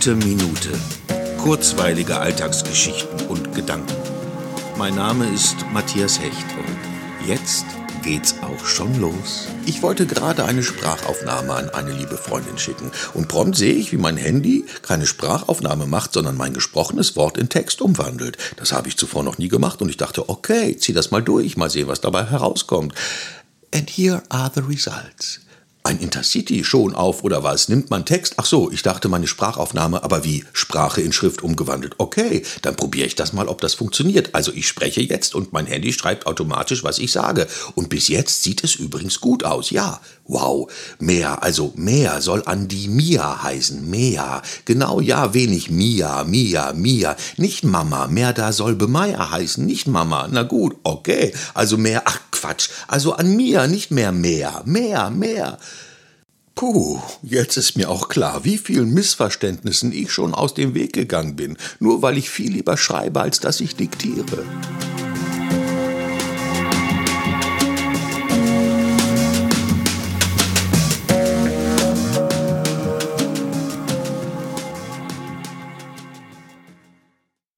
Gute Minute. Kurzweilige Alltagsgeschichten und Gedanken. Mein Name ist Matthias Hecht und jetzt geht's auch schon los. Ich wollte gerade eine Sprachaufnahme an eine liebe Freundin schicken und prompt sehe ich, wie mein Handy keine Sprachaufnahme macht, sondern mein gesprochenes Wort in Text umwandelt. Das habe ich zuvor noch nie gemacht und ich dachte, okay, zieh das mal durch, mal sehen, was dabei herauskommt. And here are the results. Ein Intercity schon auf, oder was? Nimmt man Text? Ach so, ich dachte meine Sprachaufnahme, aber wie? Sprache in Schrift umgewandelt. Okay, dann probiere ich das mal, ob das funktioniert. Also ich spreche jetzt und mein Handy schreibt automatisch, was ich sage. Und bis jetzt sieht es übrigens gut aus. Ja, wow. Mehr, also mehr soll Andi Mia heißen. Mehr. Genau, ja, wenig Mia. Nicht Mama. Mehr da soll Bemeier heißen. Nicht Mama. Na gut, okay. Also mehr, ach Quatsch. Also an Mia, nicht mehr. Mehr. Puh, jetzt ist mir auch klar, wie vielen Missverständnissen ich schon aus dem Weg gegangen bin, nur weil ich viel lieber schreibe, als dass ich diktiere.